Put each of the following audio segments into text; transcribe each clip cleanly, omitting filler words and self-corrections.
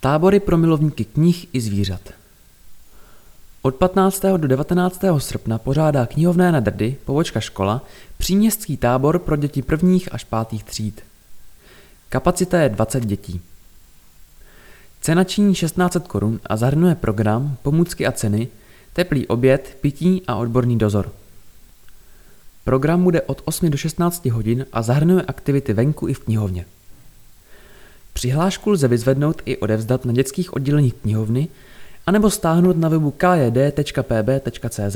Tábory pro milovníky knih i zvířat. Od 15. do 19. srpna pořádá knihovna Jana Drdy, pobočka škola, příměstský tábor pro děti prvních až pátých tříd. Kapacita je 20 dětí. Cena činí 1600 Kč a zahrnuje program, pomůcky a ceny, teplý oběd, pití a odborný dozor. Program bude od 8 do 16 hodin a zahrnuje aktivity venku i v knihovně. Přihlášku lze vyzvednout i odevzdat na dětských odděleních knihovny anebo stáhnout na webu kjd.pb.cz.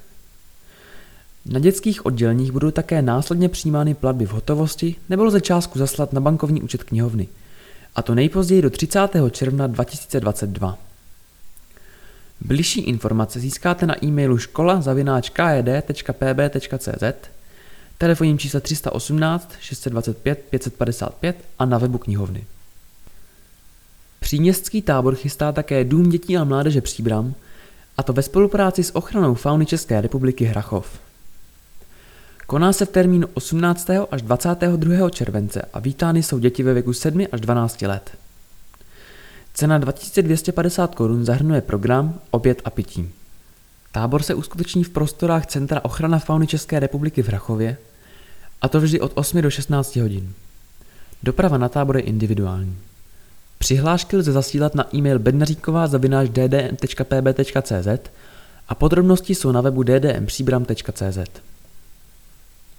Na dětských odděleních budou také následně přijímány platby v hotovosti nebo lze částku zaslat na bankovní účet knihovny, a to nejpozději do 30. června 2022. Bližší informace získáte na e-mailu škola@kjd.pb.cz, telefonním čísle 318 625 555 a na webu knihovny. Příměstský tábor chystá také Dům dětí a mládeže Příbram, a to ve spolupráci s Ochranou fauny České republiky Hrachov. Koná se v termínu 18. až 22. července a vítány jsou děti ve věku 7 až 12 let. Cena 2250 Kč zahrnuje program, oběd a pití. Tábor se uskuteční v prostorách Centra Ochrana fauny České republiky v Hrachově, a to vždy od 8 do 16 hodin. Doprava na tábor je individuální. Přihlášky lze zasílat na e-mail bednaříková@ddm.pb.cz a podrobnosti jsou na webu ddmpříbram.cz.